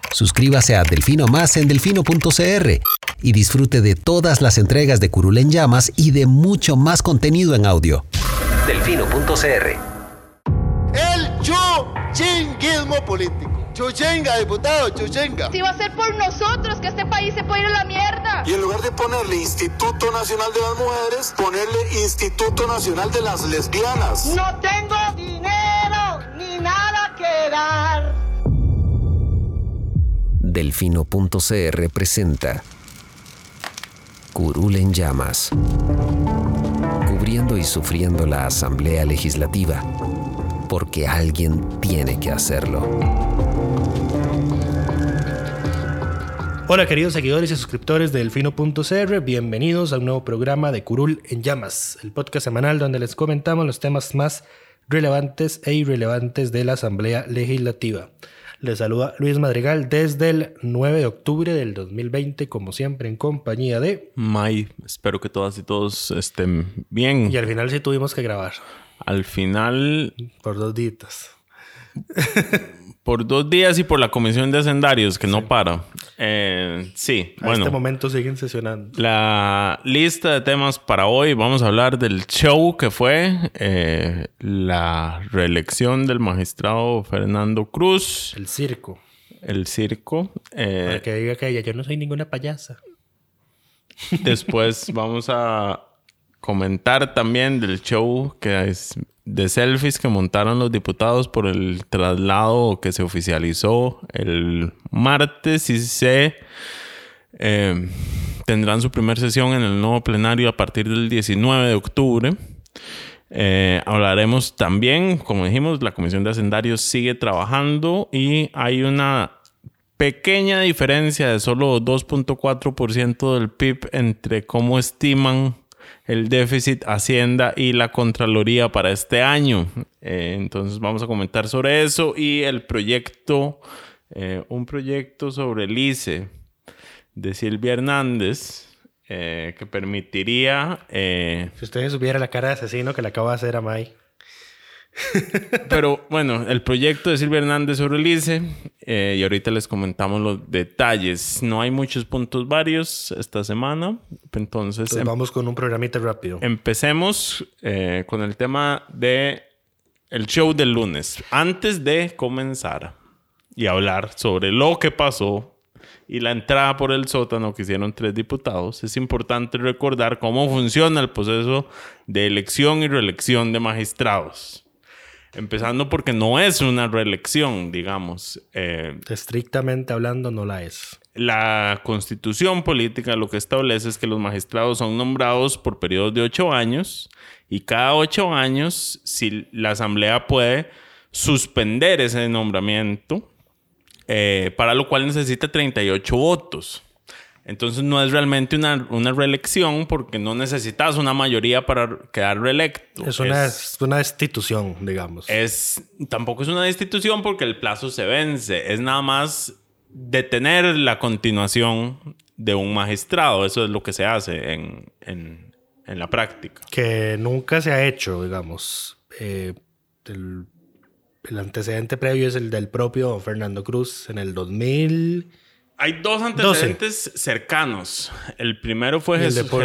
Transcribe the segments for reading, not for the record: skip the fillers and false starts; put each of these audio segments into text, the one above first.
Suscríbase a Delfino Más en delfino.cr y disfrute de todas las entregas de Curul en Llamas y de mucho más contenido en audio. Delfino.cr. El chuchinguismo político. Chuchenga, diputado, chuchenga. Si va a ser por nosotros que este país se puede ir a la mierda. Y en lugar de ponerle Instituto Nacional de las Mujeres, ponerle Instituto Nacional de las Lesbianas. No tengo dinero ni nada que dar. Delfino.cr presenta Curul en Llamas, cubriendo y sufriendo la Asamblea Legislativa, porque alguien tiene que hacerlo. Hola queridos seguidores y suscriptores de Delfino.cr, bienvenidos a un nuevo programa de Curul en Llamas, el podcast semanal donde les comentamos los temas más relevantes e irrelevantes de la Asamblea Legislativa. Les saluda Luis Madrigal desde el 9 de octubre del 2020, como siempre en compañía de... May, espero que todas y todos estén bien. Y al final sí tuvimos que grabar. Al final... Por 2 días. Por 2 días y por la Comisión de Hacendarios, que no para. Sí, A bueno. este momento siguen sesionando. La lista de temas para hoy, vamos a hablar del show que fue la reelección del magistrado Fernando Cruz. El circo. El circo. Para que diga que ella, yo no soy ninguna payasa. Después vamos a comentar también del show que es de selfies que montaron los diputados por el traslado que se oficializó el martes y tendrán su primera sesión en el nuevo plenario a partir del 19 de octubre. Hablaremos también, como dijimos, la Comisión de Hacendarios sigue trabajando y hay una pequeña diferencia de solo 2.4% del PIB entre cómo estiman el déficit Hacienda y la Contraloría para este año. Entonces vamos a comentar sobre eso y el proyecto, un proyecto sobre el ICE de Silvia Hernández que permitiría... Si ustedes supiera la cara de asesino que le acabo de hacer a May. Pero bueno, el proyecto de Silvia Hernández sobre el ICE y ahorita les comentamos los detalles. No hay muchos puntos varios esta semana, entonces vamos con un programita rápido. Empecemos con el tema de el show del lunes. Antes de comenzar y hablar sobre lo que pasó y la entrada por el sótano que hicieron 3 diputados, es importante recordar cómo funciona el proceso de elección y reelección de magistrados. Empezando porque no es una reelección, digamos. Estrictamente hablando, no la es. La Constitución política lo que establece es que los magistrados son nombrados por periodos de 8 años y cada 8 años, si la Asamblea puede suspender ese nombramiento, para lo cual necesita 38 votos. Entonces no es realmente una reelección porque no necesitas una mayoría para quedar reelecto. Es una destitución, digamos. Tampoco es una destitución porque el plazo se vence. Es nada más detener la continuación de un magistrado. Eso es lo que se hace en la práctica. Que nunca se ha hecho, digamos. El antecedente previo es el del propio Fernando Cruz en el 2000... Hay 2 antecedentes cercanos. El primero fue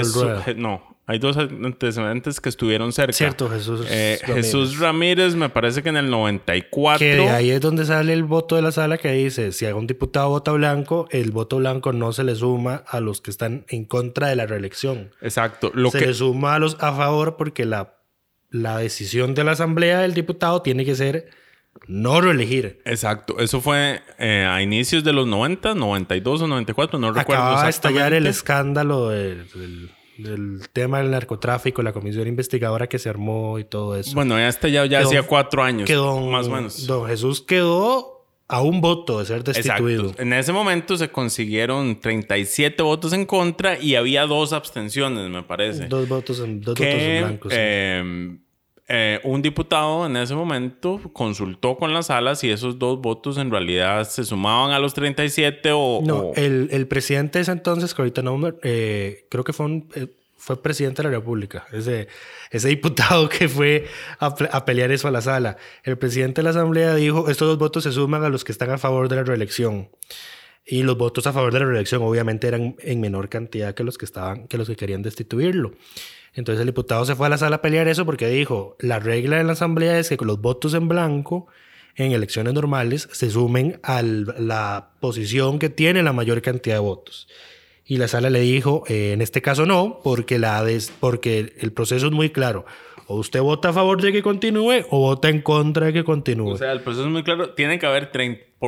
hay 2 antecedentes que estuvieron cerca. Cierto, Jesús Ramírez. Jesús Ramírez, me parece que en el 94. Que de ahí es donde sale el voto de la sala que dice, si un diputado vota blanco, el voto blanco no se le suma a los que están en contra de la reelección. Exacto. Se le suma a los a favor porque la decisión de la asamblea del diputado tiene que ser... no reelegir. Exacto. Eso fue a inicios de los 90, 92 o 94, no recuerdo exactamente. Acaba de estallar el escándalo del tema del narcotráfico, la comisión investigadora que se armó y todo eso. Bueno, ya estallado ya hacía 4 años. Más o menos. Don Jesús quedó a un voto de ser destituido. Exacto. En ese momento se consiguieron 37 votos en contra y había 2 abstenciones, me parece. 2 votos en blanco. Sí. Un diputado en ese momento consultó con la sala si esos 2 votos en realidad se sumaban a los 37 o... No, el presidente de ese entonces, que ahorita no... creo que fue fue presidente de la República, ese diputado que fue a pelear eso a la sala. El presidente de la Asamblea dijo, estos 2 votos se suman a los que están a favor de la reelección. Y los votos a favor de la reelección obviamente eran en menor cantidad que los que querían destituirlo. Entonces el diputado se fue a la sala a pelear eso porque dijo, la regla de la Asamblea es que los votos en blanco en elecciones normales se sumen a la posición que tiene la mayor cantidad de votos. Y la sala le dijo, en este caso no, porque el proceso es muy claro. O usted vota a favor de que continúe o vota en contra de que continúe. O sea, el proceso es muy claro. Tiene que haber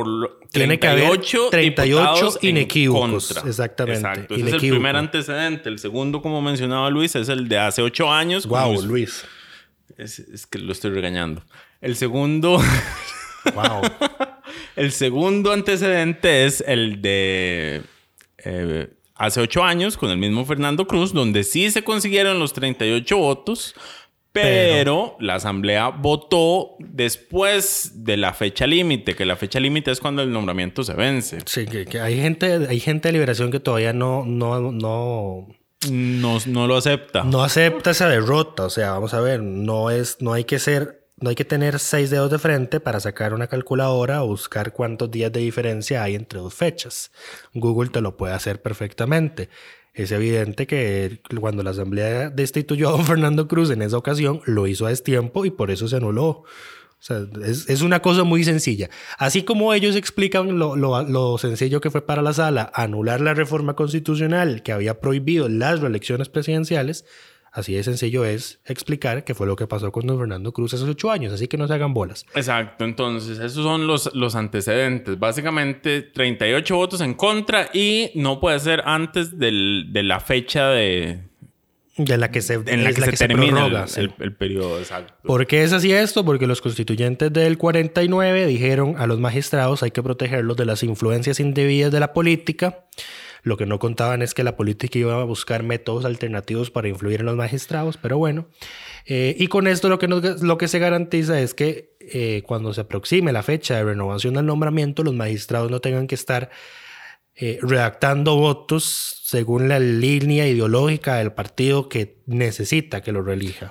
38 inequívocos. Exactamente. Exacto. Ese es el primer antecedente. El segundo, como mencionaba Luis, es el de hace 8 años. Wow, Luis. Es que lo estoy regañando. El segundo... Wow. El segundo antecedente es el de... hace 8 años, con el mismo Fernando Cruz, donde sí se consiguieron los 38 votos, pero la Asamblea votó después de la fecha límite, que la fecha límite es cuando el nombramiento se vence. Sí, que hay gente de Liberación que todavía no lo acepta. No acepta esa derrota. O sea, vamos a ver, no hay que tener 6 dedos de frente para sacar una calculadora o buscar cuántos días de diferencia hay entre 2 fechas. Google te lo puede hacer perfectamente. Es evidente que cuando la Asamblea destituyó a don Fernando Cruz en esa ocasión, lo hizo a destiempo y por eso se anuló. O sea, es una cosa muy sencilla. Así como ellos explican lo sencillo que fue para la sala anular la reforma constitucional que había prohibido las reelecciones presidenciales, así de sencillo es explicar qué fue lo que pasó con don Fernando Cruz hace 8 años. Así que no se hagan bolas. Exacto. Entonces, esos son los antecedentes. Básicamente, 38 votos en contra y no puede ser antes de la fecha en la que se termina el periodo. Exacto. ¿Por qué es así esto? Porque los constituyentes del 49 dijeron a los magistrados hay que protegerlos de las influencias indebidas de la política. Lo que no contaban es que la política iba a buscar métodos alternativos para influir en los magistrados, pero bueno. Y con esto lo que se garantiza es que cuando se aproxime la fecha de renovación del nombramiento, los magistrados no tengan que estar redactando votos según la línea ideológica del partido que necesita que lo reelija.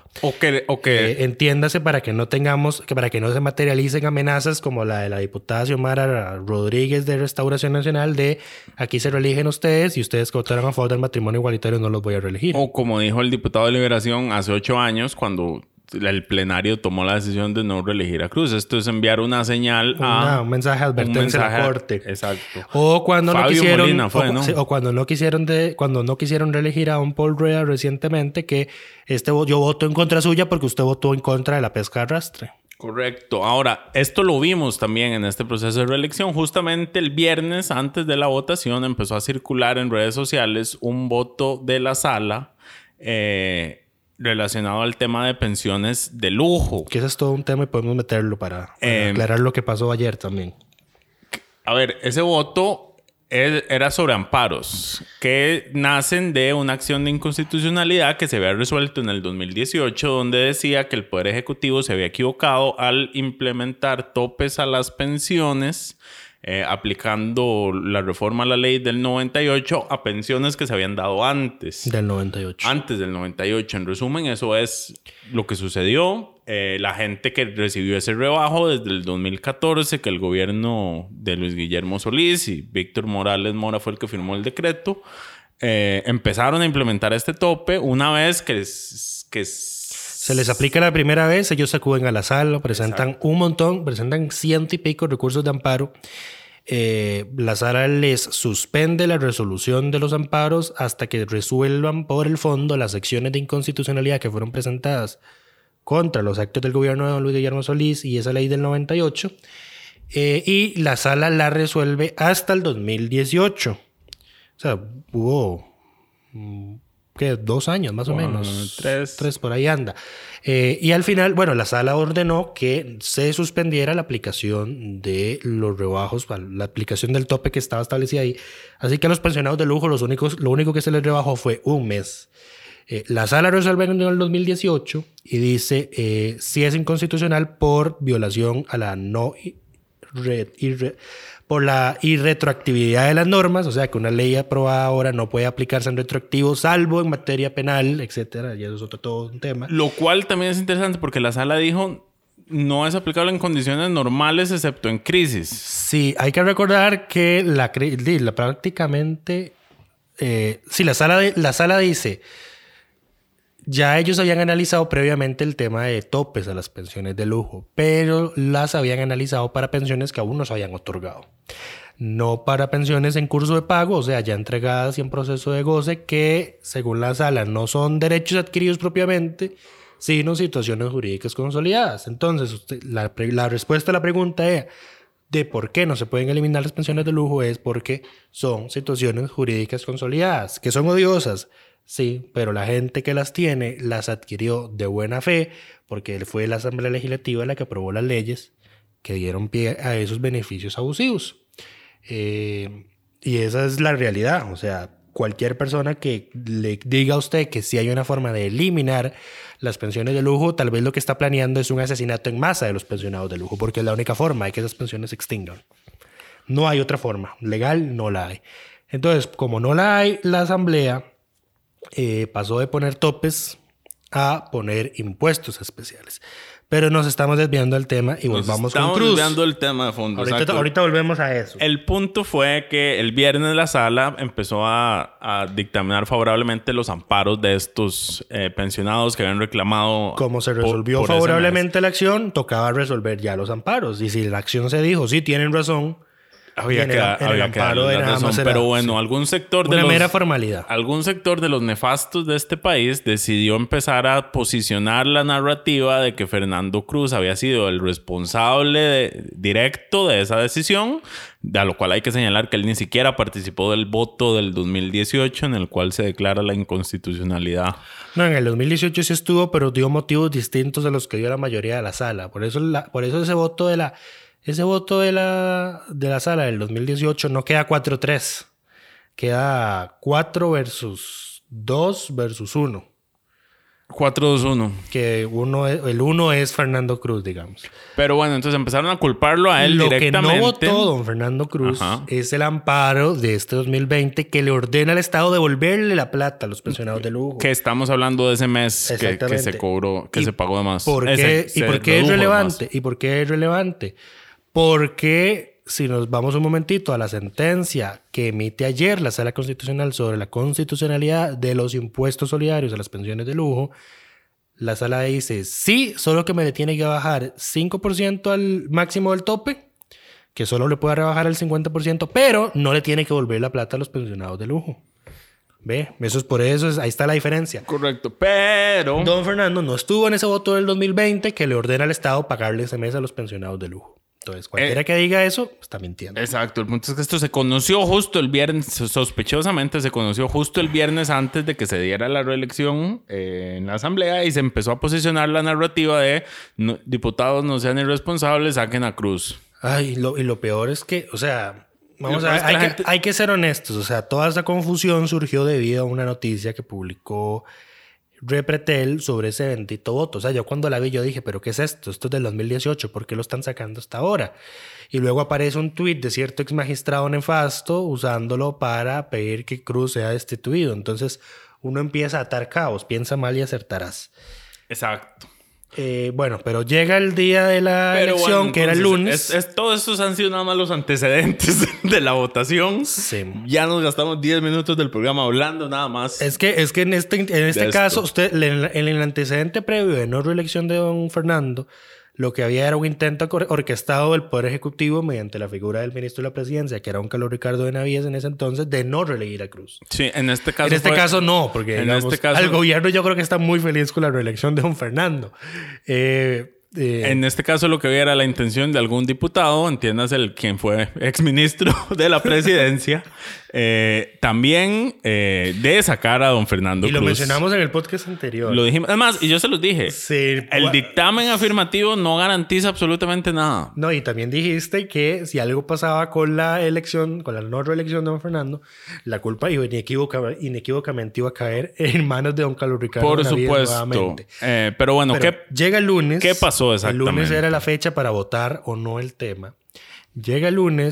Entiéndase para que no se materialicen amenazas como la de la diputada Xiomara Rodríguez de Restauración Nacional de aquí se reeligen ustedes y ustedes que votaron a favor del matrimonio igualitario no los voy a reelegir. O como dijo el diputado de Liberación hace 8 años cuando el plenario tomó la decisión de no reelegir a Cruz. Esto es enviar una señal un mensaje de advertencia a la corte. Exacto. O cuando Fabio no quisieron Molina fue, ¿no? O cuando no quisieron reelegir a don Paul Rueda recientemente que yo voto en contra suya porque usted votó en contra de la pesca de arrastre. Correcto. Ahora, esto lo vimos también en este proceso de reelección. Justamente el viernes, antes de la votación, empezó a circular en redes sociales un voto de la sala relacionado al tema de pensiones de lujo. Que ese es todo un tema y podemos meterlo para aclarar lo que pasó ayer también. A ver, ese voto era sobre amparos que nacen de una acción de inconstitucionalidad que se había resuelto en el 2018, donde decía que el Poder Ejecutivo se había equivocado al implementar topes a las pensiones aplicando la reforma a la ley del 98 a pensiones que se habían dado antes. Del 98. Antes del 98. En resumen, eso es lo que sucedió. La gente que recibió ese rebajo desde el 2014, que el gobierno de Luis Guillermo Solís y Víctor Morales Mora fue el que firmó el decreto, empezaron a implementar este tope una vez que se les aplica la primera vez, ellos acuden a la sala, presentan un montón, presentan 100 y pico recursos de amparo. La sala les suspende la resolución de los amparos hasta que resuelvan por el fondo las secciones de inconstitucionalidad que fueron presentadas contra los actos del gobierno de Luis Guillermo Solís y esa ley del 98. Y la sala la resuelve hasta el 2018. O sea, hubo... ¿qué? 2 años más o menos. 3 por ahí anda. Y al final, bueno, la sala ordenó que se suspendiera la aplicación de los rebajos, la aplicación del tope que estaba establecida ahí. Así que a los pensionados de lujo lo único que se les rebajó fue 1 mes. La sala resuelve en el 2018 y dice si es inconstitucional por violación a la por la irretroactividad de las normas, o sea que una ley aprobada ahora no puede aplicarse en retroactivo, salvo en materia penal, etcétera, y eso es todo un tema. Lo cual también es interesante porque la sala dijo no es aplicable en condiciones normales excepto en crisis. Sí, hay que recordar que prácticamente, la sala dice, ya ellos habían analizado previamente el tema de topes a las pensiones de lujo, pero las habían analizado para pensiones que aún no se habían otorgado. No para pensiones en curso de pago, o sea, ya entregadas y en proceso de goce, que según la sala no son derechos adquiridos propiamente, sino situaciones jurídicas consolidadas. Entonces, la respuesta a la pregunta de por qué no se pueden eliminar las pensiones de lujo es porque son situaciones jurídicas consolidadas, que son odiosas. Sí, pero la gente que las tiene las adquirió de buena fe porque fue la Asamblea Legislativa la que aprobó las leyes que dieron pie a esos beneficios abusivos. Y esa es la realidad. O sea, cualquier persona que le diga a usted que si hay una forma de eliminar las pensiones de lujo, tal vez lo que está planeando es un asesinato en masa de los pensionados de lujo, porque es la única forma de que esas pensiones se extingan. No hay otra forma. Legal no la hay. Entonces, como no la hay, la Asamblea pasó de poner topes a poner impuestos especiales. Pero nos estamos desviando del tema y volvamos con Cruz. Estamos desviando el tema de fondo. Ahorita volvemos a eso. El punto fue que el viernes la sala empezó a dictaminar favorablemente los amparos de estos pensionados que habían reclamado. Como se resolvió por favorablemente la acción, tocaba resolver ya los amparos. Y si la acción se dijo, sí, tienen razón, había que darle la razón, pero bueno, sí. Algún sector de mera formalidad. Algún sector de los nefastos de este país decidió empezar a posicionar la narrativa de que Fernando Cruz había sido el responsable directo de esa decisión, a lo cual hay que señalar que él ni siquiera participó del voto del 2018 en el cual se declara la inconstitucionalidad. No, en el 2018 sí estuvo, pero dio motivos distintos a los que dio la mayoría de la sala. Por eso ese voto de la sala del 2018 no queda 4-3. Queda 4 versus 2 versus 1. 4-2-1. Que el 1 es Fernando Cruz, digamos. Pero bueno, entonces empezaron a culparlo a él directamente. Lo que no votó don Fernando Cruz es el amparo de este 2020 que le ordena al Estado devolverle la plata a los pensionados de lujo. Que estamos hablando de ese mes que se cobró, que se pagó de más. ¿Por qué es relevante? ¿Y por qué es relevante? Porque si nos vamos un momentito a la sentencia que emite ayer la Sala Constitucional sobre la constitucionalidad de los impuestos solidarios a las pensiones de lujo, la Sala dice, sí, solo que me le tiene que bajar 5% al máximo del tope, que solo le puede rebajar el 50%, pero no le tiene que volver la plata a los pensionados de lujo. ¿Ve? Eso es por eso, ahí está la diferencia. Correcto, pero don Fernando no estuvo en ese voto del 2020 que le ordena al Estado pagarle ese mes a los pensionados de lujo. Entonces, cualquiera que diga eso, está mintiendo. Exacto. El punto es que esto se conoció justo el viernes, sospechosamente se conoció justo el viernes antes de que se diera la reelección en la Asamblea y se empezó a posicionar la narrativa de diputados no sean irresponsables, saquen a Cruz. Ay, y lo peor es que, o sea, hay que ser honestos. O sea, toda esa confusión surgió debido a una noticia que publicó Repretel sobre ese bendito voto. O sea, yo cuando la vi yo dije, ¿pero qué es esto? Esto es del 2018, ¿por qué lo están sacando hasta ahora? Y luego aparece un tuit de cierto ex magistrado nefasto usándolo para pedir que Cruz sea destituido. Entonces uno empieza a atar cabos, piensa mal y acertarás. Exacto. Bueno, pero llega el día de la elección, bueno, que era el lunes. Todos estos han sido nada más los antecedentes de la votación. Sí. Ya nos gastamos 10 minutos del programa hablando nada más. Es que en este caso, usted, en el antecedente previo de no reelección de don Fernando, lo que había era un intento orquestado del Poder Ejecutivo mediante la figura del ministro de la Presidencia, que era don Carlos Ricardo Benavides en ese entonces, de no reelegir a Cruz. Sí, en este caso. En este caso no, porque digamos, al gobierno yo creo que está muy feliz con la reelección de don Fernando. En este caso lo que había era la intención de algún diputado, entiéndase quien fue exministro de la presidencia, también de sacar a don Fernando Cruz. Y lo mencionamos en el podcast anterior. Lo dijimos. Además, y yo se los dije, sí, el dictamen afirmativo no garantiza absolutamente nada. No, y también dijiste que si algo pasaba con la elección, con la no reelección de don Fernando, la culpa inequívocamente iba a caer en manos de don Carlos Ricardo Por Benavides supuesto. Nuevamente. Pero bueno, llega el lunes. ¿Qué pasó exactamente? El lunes era la fecha para votar o no el tema. Llega el lunes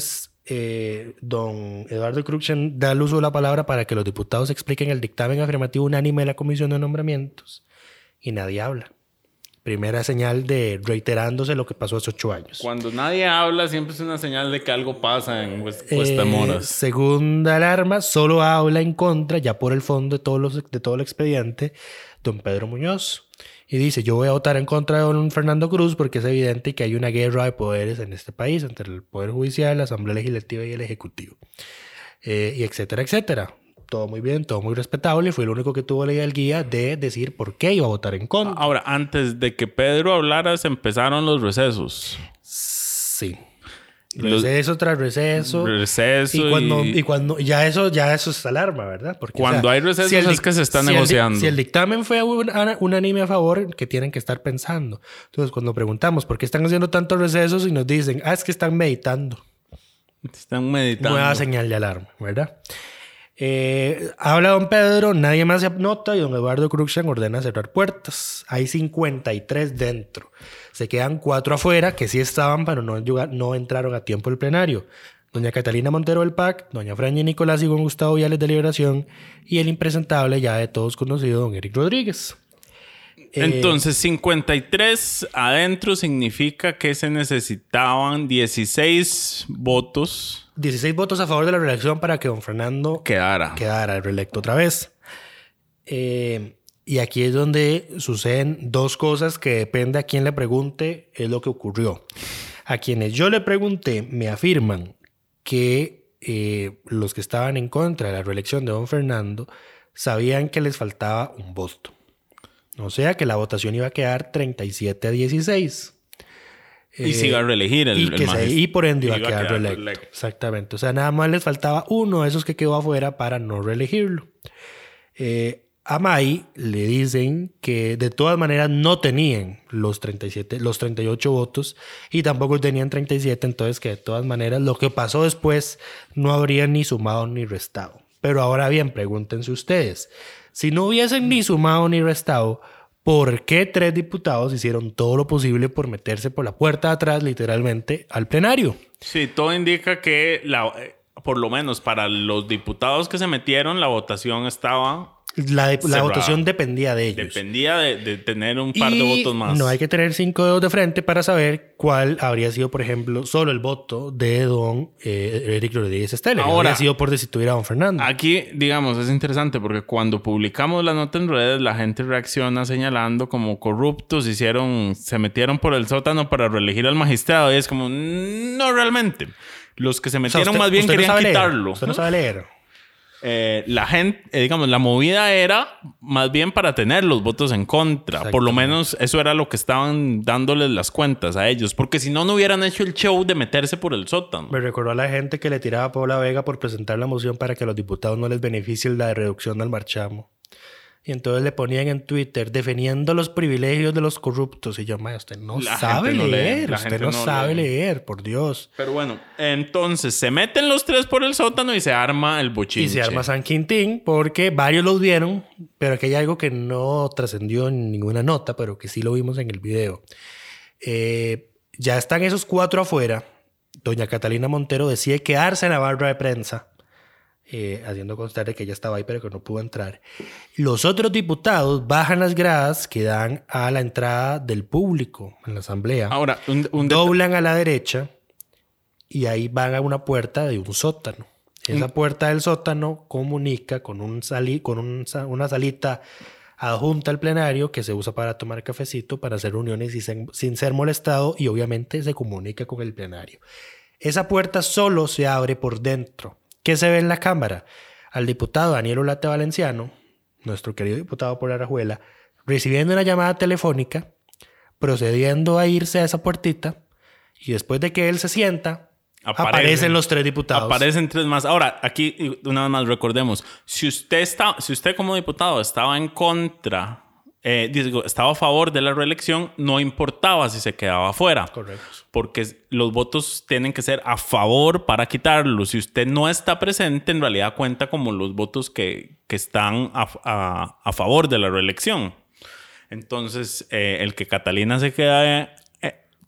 don Eduardo Cruxen da el uso de la palabra para que los diputados expliquen el dictamen afirmativo unánime de la Comisión de Nombramientos y nadie habla. Primera señal de reiterándose lo que pasó hace 8 años. Cuando nadie habla, siempre es una señal de que algo pasa en Cuesta Moras. Segunda alarma, solo habla en contra, ya por el fondo de todo el expediente, don Pedro Muñoz. Y dice, yo voy a votar en contra de don Fernando Cruz porque es evidente que hay una guerra de poderes en este país entre el Poder Judicial, la Asamblea Legislativa y el Ejecutivo. Y etcétera, etcétera. Todo muy bien, todo muy respetable. Fue el único que tuvo la guía de decir por qué iba a votar en contra. Ahora, antes de que Pedro hablara, se empezaron los recesos. Sí. Receso tras receso. Receso y cuando ya eso es alarma, ¿verdad? Porque cuando hay recesos es que se está negociando. Si el dictamen fue unánime a favor, que tienen que estar pensando. Entonces, cuando preguntamos por qué están haciendo tantos recesos y nos dicen, es que están meditando. Están meditando. Nueva señal de alarma, ¿verdad? Habla don Pedro, nadie más se anota y don Eduardo Cruxen ordena cerrar puertas. Hay 53 dentro. Se quedan 4 afuera que sí estaban, pero no entraron a tiempo al plenario. Doña Catalina Montero del PAC, doña Francia Nicolás y don Gustavo Viales de Liberación y el impresentable ya de todos conocido don Eric Rodríguez. Entonces, 53 adentro significa que se necesitaban 16 votos. 16 votos a favor de la reelección para que don Fernando quedara reelecto otra vez. Y aquí es donde suceden 2 cosas que depende a quién le pregunte, es lo que ocurrió. A quienes yo le pregunté me afirman que los que estaban en contra de la reelección de don Fernando sabían que les faltaba un voto. O sea que la votación iba a quedar 37-16. Y se iba a reelegir y por ende iba a quedar reelecto. Exactamente. O sea, nada más les faltaba uno de esos que quedó afuera para no reelegirlo. A May le dicen que de todas maneras no tenían los 38 votos y tampoco tenían 37, entonces que de todas maneras lo que pasó después no habrían ni sumado ni restado. Pero ahora bien, pregúntense ustedes, si no hubiesen ni sumado ni restado, ¿por qué 3 diputados hicieron todo lo posible por meterse por la puerta de atrás, literalmente, al plenario? Sí, todo indica que, por lo menos para los diputados que se metieron, la votación estaba... La votación dependía de ellos. Dependía de tener un par de votos más. No hay que tener 5 dedos de frente para saber cuál habría sido, por ejemplo, solo el voto de don Eric Rodríguez Steller. Ahora, habría sido por destituir a don Fernando. Aquí, digamos, es interesante porque cuando publicamos la nota en redes, la gente reacciona señalando como corruptos, se metieron por el sótano para reelegir al magistrado. Y es como, no realmente. Los que se metieron más bien querían quitarlo. Usted no sabe leer. La gente, digamos, la movida era más bien para tener los votos en contra. Por lo menos eso era lo que estaban dándoles las cuentas a ellos. Porque si no, no hubieran hecho el show de meterse por el sótano. Me recordó a la gente que le tiraba a Paula Vega por presentar la moción para que a los diputados no les beneficie la reducción del marchamo. Y entonces le ponían en Twitter defendiendo los privilegios de los corruptos. Y yo, usted no sabe leer. Usted no sabe leer, por Dios. Pero bueno, entonces se meten los 3 por el sótano y se arma el bochinche. Y se arma San Quintín porque varios los vieron, pero aquí hay algo que no trascendió en ninguna nota, pero que sí lo vimos en el video. Ya están esos 4 afuera. Doña Catalina Montero decide quedarse en la barra de prensa. Haciendo constar de que ella estaba ahí pero que no pudo entrar. Los otros diputados bajan las gradas que dan a la entrada del público en la asamblea. Ahora, doblan a la derecha y ahí van a una puerta de un sótano. Esa puerta del sótano comunica con una salita adjunta al plenario que se usa para tomar cafecito, para hacer reuniones sin ser molestado y obviamente se comunica con el plenario. Esa puerta solo se abre por dentro. ¿Qué se ve en la cámara? Al diputado Daniel Olate Valenciano, nuestro querido diputado por Arajuela, recibiendo una llamada telefónica, procediendo a irse a esa puertita, y después de que él se sienta, aparecen los 3 diputados. Aparecen 3 más. Ahora, aquí una vez más recordemos, si usted como diputado estaba en contra, estaba a favor de la reelección, no importaba si se quedaba afuera. Correcto. Porque los votos tienen que ser a favor para quitarlos. Si usted no está presente, en realidad cuenta como los votos que están a favor de la reelección. Entonces, el que Catalina se queda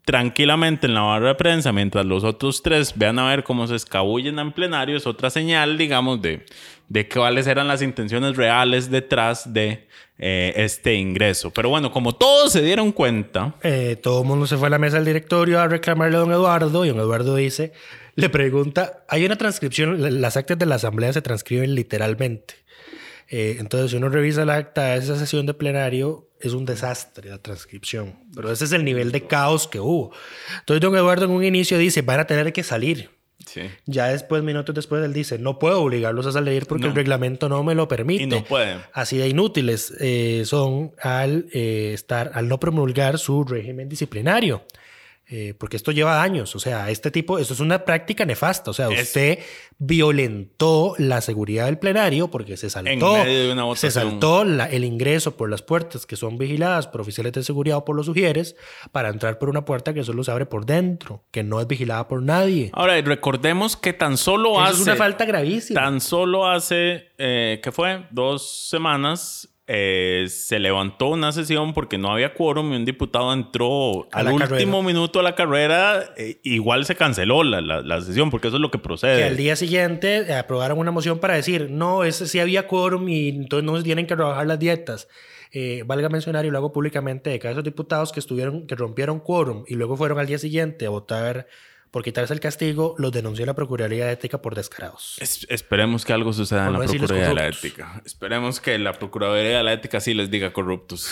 tranquilamente en la barra de prensa mientras los otros 3 vean a ver cómo se escabullen en plenario es otra señal, digamos, de cuáles eran las intenciones reales detrás de este ingreso. Pero bueno, como todos se dieron cuenta... todo el mundo se fue a la mesa del directorio a reclamarle a don Eduardo y don Eduardo dice, le pregunta, hay una transcripción, las actas de la asamblea se transcriben literalmente. Entonces, si uno revisa el acta de esa sesión de plenario, es un desastre la transcripción. Pero ese es el nivel de caos que hubo. Entonces, don Eduardo en un inicio dice, van a tener que salir. Sí. Ya después, minutos después, él dice, no puedo obligarlos a salir porque el reglamento no me lo permite. Y no pueden. Así de inútiles son al no promulgar su régimen disciplinario. Porque esto lleva años, o sea, esto es una práctica nefasta, o sea, usted violentó la seguridad del plenario porque se saltó, en medio de una votación. Se saltó el ingreso por las puertas que son vigiladas por oficiales de seguridad o por los ujieres para entrar por una puerta que solo se abre por dentro, que no es vigilada por nadie. Ahora, recordemos que tan solo Eso es una falta gravísima. Tan solo hace, ¿qué fue? 2 semanas... se levantó una sesión porque no había quórum y un diputado entró al último minuto a la carrera. Igual se canceló la sesión porque eso es lo que procede. Que al día siguiente aprobaron una moción para decir no, ese sí había quórum y entonces no se tienen que rebajar las dietas. Valga mencionar, y lo hago públicamente, de que esos diputados que rompieron quórum y luego fueron al día siguiente a votar por quitarse el castigo, los denunció la Procuraduría de Ética por descarados. Esperemos que algo suceda en la Procuraduría de la Ética. Esperemos que la Procuraduría de la Ética sí les diga corruptos.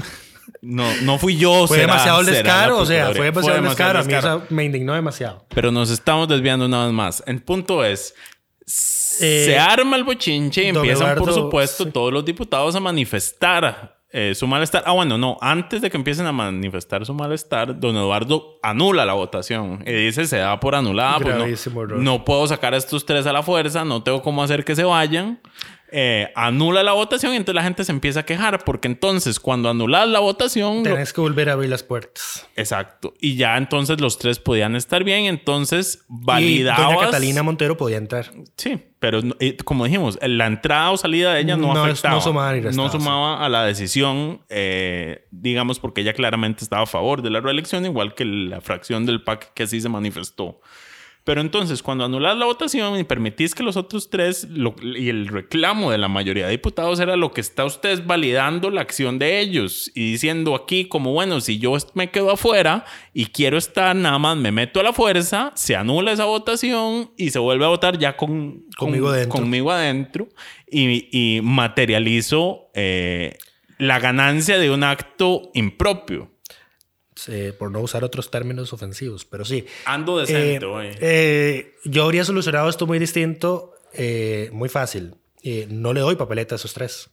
No fui yo. Fue demasiado el descaro, o sea, fue demasiado el descaro. A mí eso me indignó demasiado. Pero nos estamos desviando una vez más. El punto es, se arma el bochinche y empiezan, Eduardo, por supuesto, todos los diputados a manifestar su malestar. Bueno, no. Antes de que empiecen a manifestar su malestar, don Eduardo anula la votación y dice, se da por anulada. Pues no puedo sacar a estos 3 a la fuerza, no tengo cómo hacer que se vayan. Anula la votación y entonces la gente se empieza a quejar porque entonces cuando anulas la votación... Tenés que volver a abrir las puertas. Exacto. Y ya entonces los 3 podían estar bien, entonces validabas... Y doña Catalina Montero podía entrar. Sí, pero como dijimos, la entrada o salida de ella no afectaba. No sumaba a la decisión, digamos, porque ella claramente estaba a favor de la reelección, igual que la fracción del PAC que así se manifestó. Pero entonces, cuando anulas la votación y permitís que los otros 3, y el reclamo de la mayoría de diputados era lo que está ustedes validando la acción de ellos y diciendo aquí como, bueno, si yo me quedo afuera y quiero estar, nada más me meto a la fuerza, se anula esa votación y se vuelve a votar ya conmigo adentro y materializo la ganancia de un acto impropio. Por no usar otros términos ofensivos, pero sí. Ando decente hoy. Yo habría solucionado esto muy distinto, muy fácil. No le doy papeleta a esos 3.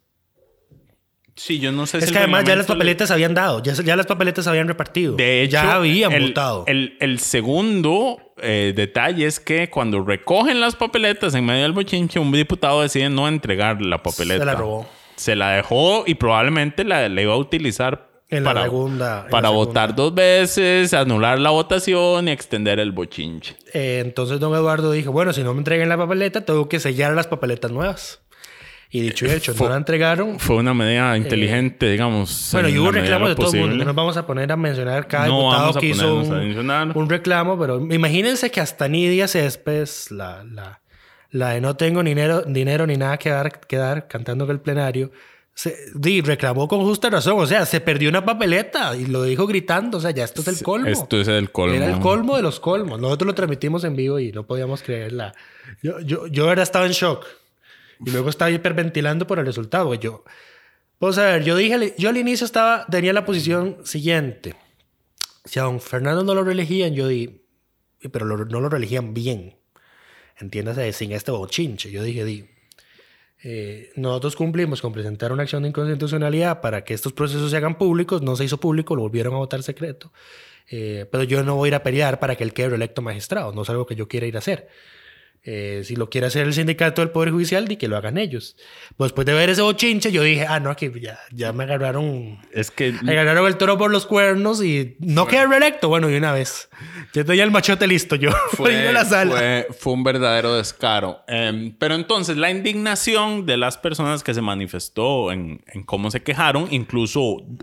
Sí, yo no sé si... Es que además ya las papeletas habían dado, ya las papeletas habían repartido. De hecho, ya habían votado. El segundo detalle es que cuando recogen las papeletas en medio del bochinche, un diputado decide no entregar la papeleta. Se la robó. Se la dejó y probablemente la iba a utilizar para votar 2 veces, anular la votación y extender el bochinche. Entonces don Eduardo dijo, bueno, si no me entreguen la papeleta, tengo que sellar las papeletas nuevas. Y dicho y hecho, no la entregaron. Fue una medida inteligente, digamos. Bueno, y hubo reclamos de todo el mundo. No nos vamos a poner a mencionar cada diputado que hizo un reclamo, pero imagínense que hasta Nidia Céspedes, la de no tengo dinero ni nada que dar cantando en el plenario, reclamó con justa razón. O sea, se perdió una papeleta y lo dijo gritando. O sea, ya esto es el colmo. Esto es el colmo. Era el colmo de los colmos. Nosotros lo transmitimos en vivo y no podíamos creerla. Yo ahora estaba en shock. Y luego estaba hiperventilando por el resultado. Vamos a ver, yo al inicio tenía la posición siguiente. Si a don Fernando no lo reelegían, pero no lo reelegían bien. Entiéndase, sin este bochinche. Yo dije, nosotros cumplimos con presentar una acción de inconstitucionalidad para que estos procesos se hagan públicos. No se hizo público, lo volvieron a votar secreto. Pero yo no voy a ir a pelear para que él quede reelecto magistrado. No es algo que yo quiera ir a hacer. Si lo quiere hacer el sindicato del Poder Judicial, di que lo hagan ellos. Pues después de ver ese bochinche, yo dije, no, aquí ya me agarraron. Me agarraron el toro por los cuernos y no quedé reelecto. Bueno, y una vez. Ya tenía el machote listo yo. Fue un verdadero descaro. Pero entonces, la indignación de las personas que se manifestó en cómo se quejaron, incluso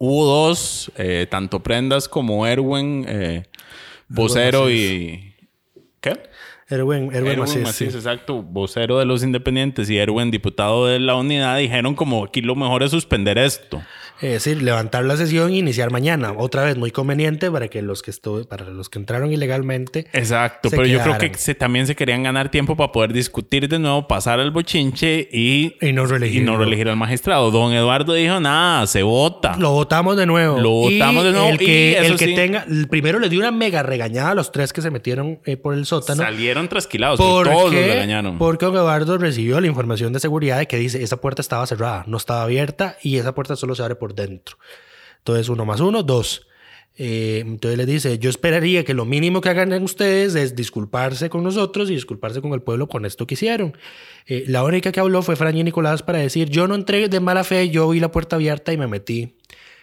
hubo dos, tanto Prendas como Erwin, vocero y... ¿Qué? Erwin Macías, sí. Exacto, vocero de los independientes, y Erwin, diputado de la unidad, dijeron como aquí lo mejor es suspender esto. Es decir, levantar la sesión e iniciar mañana. Otra vez, muy conveniente para los que entraron ilegalmente. Exacto, pero yo creo que también se querían ganar tiempo para poder discutir de nuevo, pasar al bochinche y no reelegir al magistrado. Don Eduardo dijo, nada, se vota. Lo votamos de nuevo. Primero le dio una mega regañada a los 3 que se metieron por el sótano. Salieron trasquilados, todos los regañaron. Porque don Eduardo recibió la información de seguridad de que dice, esa puerta estaba cerrada, no estaba abierta y esa puerta solo se abre por dentro. Entonces 1 más 1, 2. Entonces les dice, yo esperaría que lo mínimo que hagan ustedes es disculparse con nosotros y disculparse con el pueblo con esto que hicieron. La única que habló fue Franji Nicolás para decir, yo no entré de mala fe, yo vi la puerta abierta y me metí.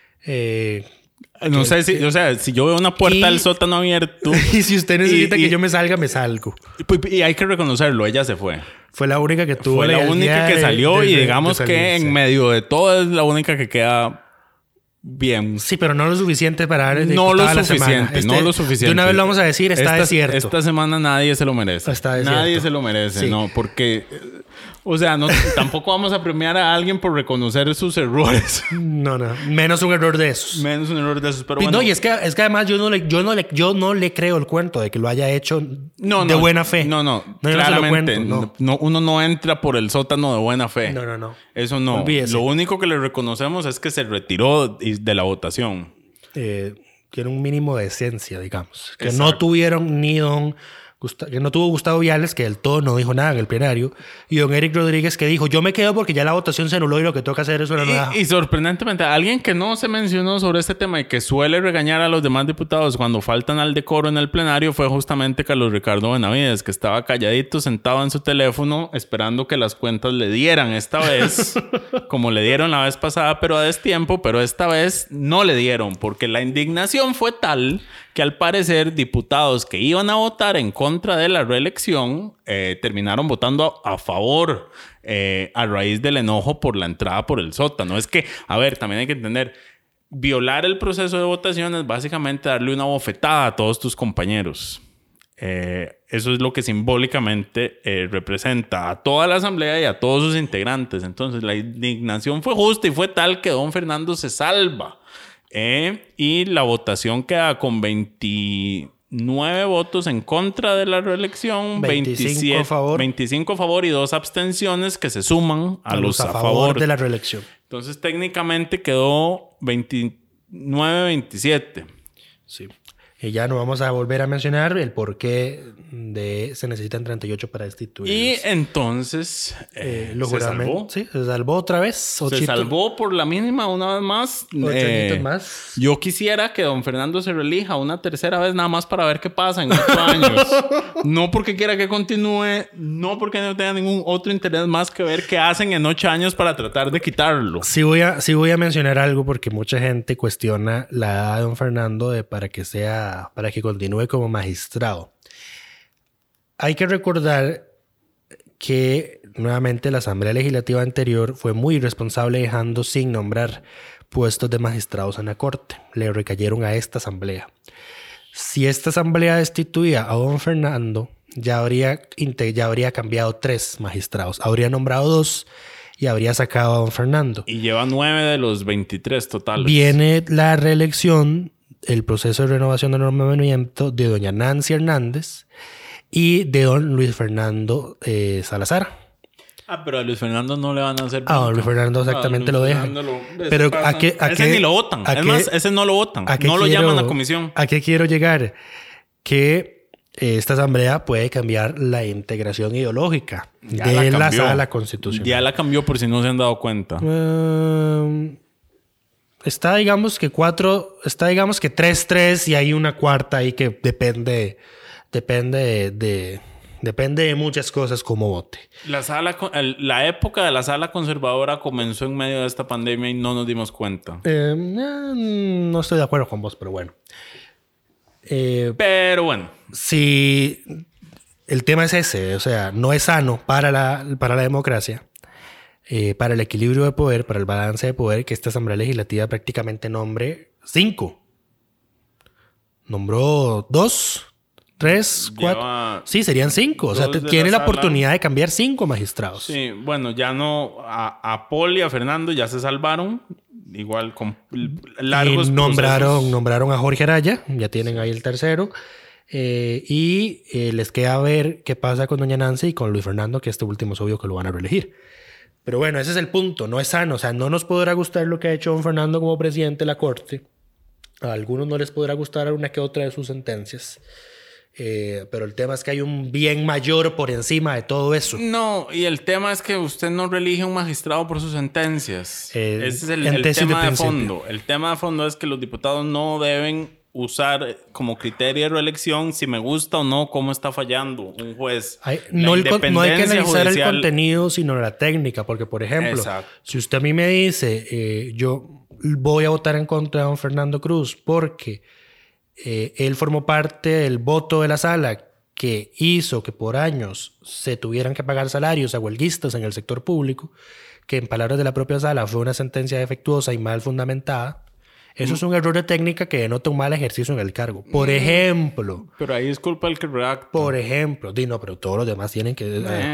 No sé si yo veo una puerta del sótano abierto... Y si usted necesita que yo me salga, me salgo. Y hay que reconocerlo, ella se fue. Fue la única que tuvo. Fue la única que salió y digamos que en medio de todo es la única que queda bien. Sí, pero no lo suficiente para dar no lo suficiente. De una vez lo vamos a decir, está desierto. Esta semana nadie se lo merece. Nadie se lo merece, sí. No, porque... O sea, tampoco vamos a premiar a alguien por reconocer sus errores. No. Menos un error de esos. Pero bueno. No, y es que además yo no le creo el cuento de que lo haya hecho de buena fe. No. Claramente. Uno no entra por el sótano de buena fe. No. Eso no. Olvídese. Lo único que le reconocemos es que se retiró de la votación. Tiene un mínimo de esencia, digamos. Que Exacto. no tuvieron que no tuvo Gustavo Viales, que del todo no dijo nada en el plenario, y don Eric Rodríguez, que dijo, yo me quedo porque ya la votación se anuló y lo que toca hacer es una nueva. Y sorprendentemente, alguien que no se mencionó sobre este tema y que suele regañar a los demás diputados cuando faltan al decoro en el plenario fue justamente Carlos Ricardo Benavides, que estaba calladito, sentado en su teléfono, esperando que las cuentas le dieran esta vez, como le dieron la vez pasada, pero a destiempo, pero esta vez no le dieron, porque la indignación fue tal que al parecer diputados que iban a votar en contra de la reelección terminaron votando a favor a raíz del enojo por la entrada por el sótano. Es que, a ver, también hay que entender, violar el proceso de votación es básicamente darle una bofetada a todos tus compañeros. Eso es lo que simbólicamente representa a toda la asamblea y a todos sus integrantes. Entonces la indignación fue justa y fue tal que don Fernando se salva. Y la votación queda con 29 votos en contra de la reelección, 25 a favor y 2 abstenciones que se suman a los a favor de la reelección. Entonces técnicamente quedó 29-27. Sí. Y ya no vamos a volver a mencionar el por qué se necesitan 38 para destituir. Y entonces se salvó. Sí, se salvó otra vez. Se salvó por la mínima una vez más. 8 añitos más. Yo quisiera que don Fernando se reelija una tercera vez nada más para ver qué pasa en 8 años. No porque quiera que continúe, no porque no tenga ningún otro interés más que ver qué hacen en 8 años para tratar de quitarlo. Sí voy a mencionar algo porque mucha gente cuestiona la edad de don Fernando para que continúe como magistrado. Hay que recordar que nuevamente la Asamblea Legislativa anterior fue muy irresponsable dejando sin nombrar puestos de magistrados en la Corte. Le recayeron a esta Asamblea. Si esta Asamblea destituía a don Fernando, ya habría cambiado 3 magistrados. Habría nombrado 2 y habría sacado a don Fernando. Y lleva 9 de los 23 totales. Viene la reelección, el proceso de renovación del nombramiento de doña Nancy Hernández y de don Luis Fernando Salazar. Pero a Luis Fernando no le van a hacer... A Luis Fernando exactamente lo dejan. Pero ese ni lo votan. Es más, ese no lo votan. No lo llaman a comisión. ¿A qué quiero llegar? Que esta asamblea puede cambiar la integración ideológica de la sala constitucional. Ya la cambió por si no se han dado cuenta. Está digamos que 3-3 y hay una cuarta ahí que depende de muchas cosas como vote. La época de la sala conservadora comenzó en medio de esta pandemia y no nos dimos cuenta. No estoy de acuerdo con vos, pero bueno. Pero bueno. Si el tema es ese, o sea, no es sano para la democracia. para el equilibrio de poder, para el balance de poder, que esta Asamblea Legislativa prácticamente nombre 5. Nombró 2, 3, 4. Sí, serían 5. O sea, tiene la oportunidad de cambiar 5 magistrados. Sí, bueno, ya no. A Paul y a Fernando ya se salvaron. Igual con largos y nombraron a Jorge Araya. Ya tienen ahí el tercero. Y les queda ver qué pasa con doña Nancy y con Luis Fernando, que este último es obvio que lo van a reelegir. Pero bueno, ese es el punto. No es sano. O sea, no nos podrá gustar lo que ha hecho don Fernando como presidente de la Corte. A algunos no les podrá gustar una que otra de sus sentencias. Pero el tema es que hay un bien mayor por encima de todo eso. No, y el tema es que usted no reelige a un magistrado por sus sentencias. Ese es el tema de fondo. El tema de fondo es que los diputados no deben usar como criterio de reelección si me gusta o no cómo está fallando un juez. No hay que analizar el contenido, sino la técnica. Porque, por ejemplo, si usted a mí me dice, yo voy a votar en contra de don Fernando Cruz porque él formó parte del voto de la sala que hizo que por años se tuvieran que pagar salarios a huelguistas en el sector público, que en palabras de la propia sala fue una sentencia defectuosa y mal fundamentada. Eso es un error de técnica que denota un mal ejercicio en el cargo. Por ejemplo. Pero ahí es culpa del que redacta. Por ejemplo. No, pero todos los demás tienen que...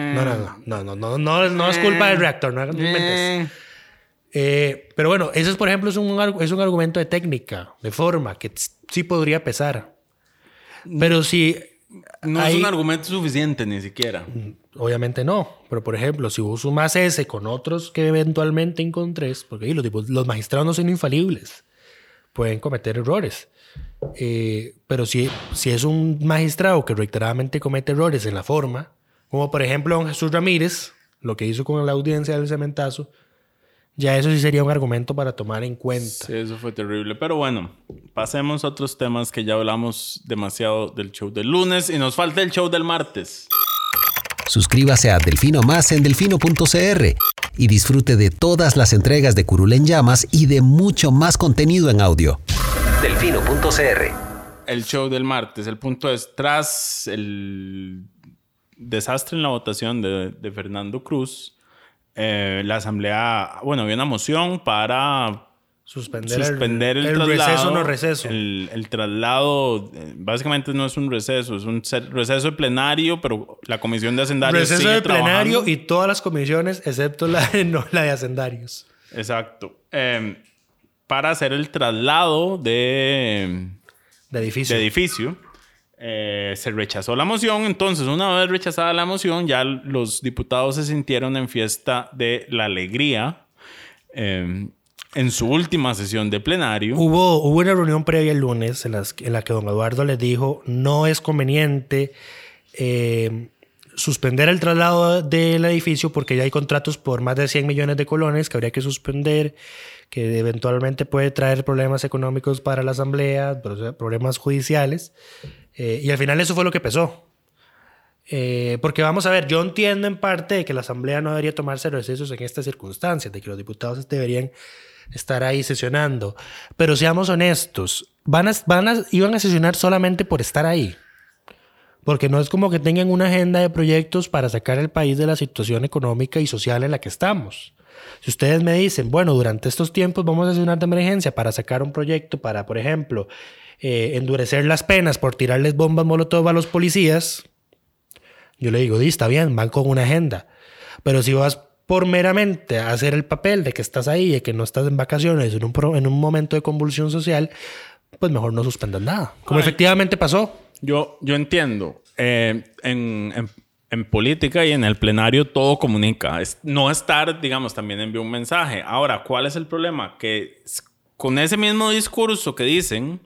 No es culpa del redactor. No inventes. Pero bueno, eso es, por ejemplo, es un argumento de técnica, de forma, que sí podría pesar. Pero si... No es un argumento suficiente ni siquiera. Obviamente no. Pero, por ejemplo, si vos sumás ese con otros que eventualmente encontrés, porque los magistrados no son infalibles. Pueden cometer errores. Pero si es un magistrado que reiteradamente comete errores en la forma, como por ejemplo don Jesús Ramírez, lo que hizo con la audiencia del cementazo, ya eso sí sería un argumento para tomar en cuenta. Sí, eso fue terrible. Pero bueno, pasemos a otros temas que ya hablamos demasiado del show del lunes y nos falta el show del martes. Suscríbase a Delfino Más en delfino.cr y disfrute de todas las entregas de Curul en Llamas y de mucho más contenido en audio. Delfino.cr. El show del martes. El punto es, tras el desastre en la votación de Fernando Cruz, la Asamblea, había una moción para suspender el traslado. Receso no receso. El traslado, básicamente no es un receso, es un receso de plenario, pero la Comisión de Hacendarios sigue trabajando. Receso de plenario y todas las comisiones, excepto la de Hacendarios. Exacto. Para hacer el traslado de edificio. Se rechazó la moción. Entonces, una vez rechazada la moción, ya los diputados se sintieron en fiesta de la alegría en su última sesión de plenario. Hubo una reunión previa el lunes en la que don Eduardo les dijo no es conveniente suspender el traslado del edificio porque ya hay contratos por más de 100 millones de colones que habría que suspender, que eventualmente puede traer problemas económicos para la Asamblea, problemas judiciales. Y al final eso fue lo que pesó. Porque vamos a ver, yo entiendo en parte de que la Asamblea no debería tomarse recesos en estas circunstancias, de que los diputados deberían estar ahí sesionando. Pero seamos honestos, iban a sesionar solamente por estar ahí. Porque no es como que tengan una agenda de proyectos para sacar al país de la situación económica y social en la que estamos. Si ustedes me dicen, bueno, durante estos tiempos vamos a sesionar de emergencia para sacar un proyecto para, por ejemplo, endurecer las penas por tirarles bombas molotov a los policías, yo le digo, está bien, van con una agenda. Pero si vas por meramente a hacer el papel de que estás ahí, de que no estás en vacaciones, en un momento de convulsión social, pues mejor no suspendas nada. Como efectivamente pasó. Yo entiendo. En política y en el plenario todo comunica. No estar, digamos, también envía un mensaje. Ahora, ¿cuál es el problema? Que con ese mismo discurso que dicen...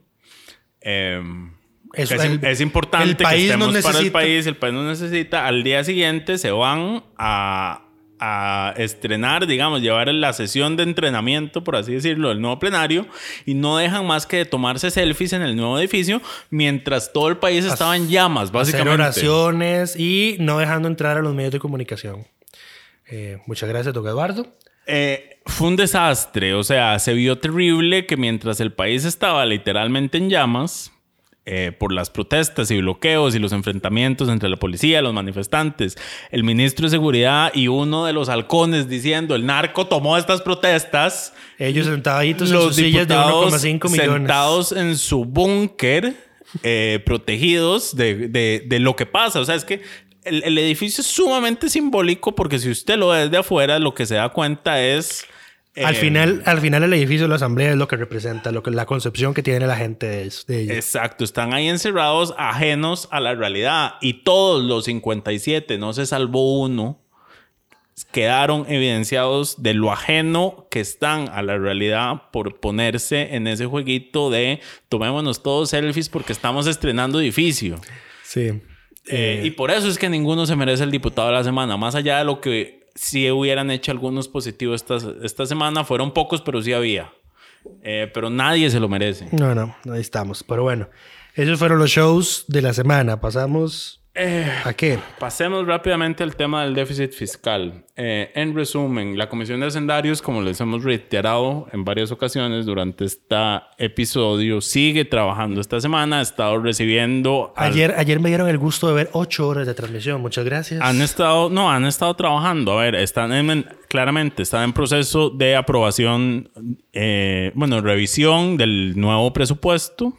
es importante que estemos para el país no necesita. Al día siguiente se van a estrenar, digamos, llevar la sesión de entrenamiento, por así decirlo, del nuevo plenario, y no dejan más que de tomarse selfies en el nuevo edificio mientras todo el país estaba en llamas, básicamente. Hacer oraciones y no dejando entrar a los medios de comunicación. Muchas gracias, don Eduardo. Fue un desastre, o sea, se vio terrible que mientras el país estaba literalmente en llamas, por las protestas y bloqueos y los enfrentamientos entre la policía y los manifestantes. El ministro de Seguridad y uno de los halcones diciendo el narco tomó estas protestas. Ellos sentaditos en sus sillas de 1,5 millones. Sentados en su búnker, protegidos de lo que pasa. O sea, es que el edificio es sumamente simbólico porque si usted lo ve desde afuera, lo que se da cuenta es... Al final el edificio de la Asamblea es lo que representa, la concepción que tiene la gente de ellos. Exacto, están ahí encerrados, ajenos a la realidad. Y todos los 57, no se salvó uno, quedaron evidenciados de lo ajeno que están a la realidad por ponerse en ese jueguito de tomémonos todos selfies porque estamos estrenando edificio. Sí. Y por eso es que ninguno se merece el diputado de la semana, más allá de lo que... Si hubieran hecho algunos positivos esta semana, fueron pocos, pero sí había. Pero nadie se lo merece. No, ahí estamos. Pero bueno, esos fueron los shows de la semana. Pasamos... ¿a qué? Pasemos rápidamente al tema del déficit fiscal. En resumen, la Comisión de Hacendarios, como les hemos reiterado en varias ocasiones durante este episodio, sigue trabajando esta semana. Ha estado recibiendo... Ayer me dieron el gusto de ver 8 horas de transmisión. Muchas gracias. Han estado trabajando. A ver, claramente están en proceso de aprobación, revisión del nuevo presupuesto.